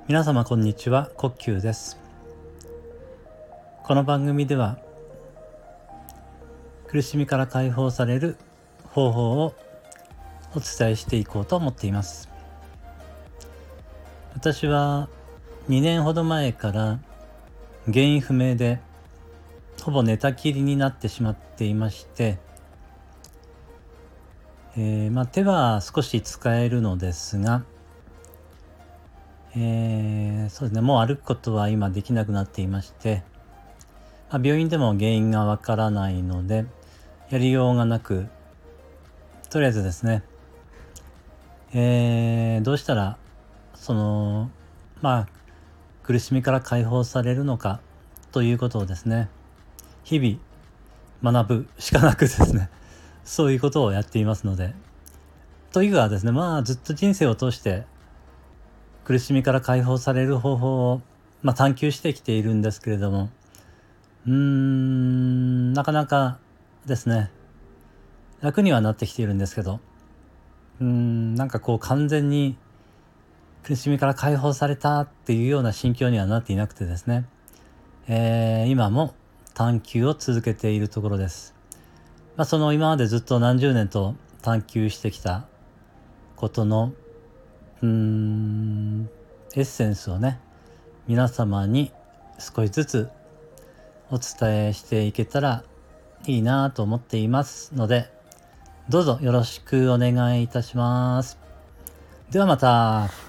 皆様こんにちは、コッキューです。この番組では苦しみから解放される方法をお伝えしていこうと思っています。私は2年ほど前から原因不明でほぼ寝たきりになってしまっていまして、手は少し使えるのですが、そうですね、もう歩くことは今できなくなっていまして、病院でも原因がわからないのでやりようがなく、とりあえずですね、どうしたら苦しみから解放されるのかということをですね、日々学ぶしかなくですねそういうことをやっていますので、というかですね、ずっと人生を通して苦しみから解放される方法を探求してきているんですけれども、なかなかですね、楽にはなってきているんですけど、完全に苦しみから解放されたっていうような心境にはなっていなくてですね、今も探求を続けているところです。その今までずっと何十年と探求してきたことのエッセンスをね、皆様に少しずつお伝えしていけたらいいなと思っていますので、どうぞよろしくお願いいたします。ではまた。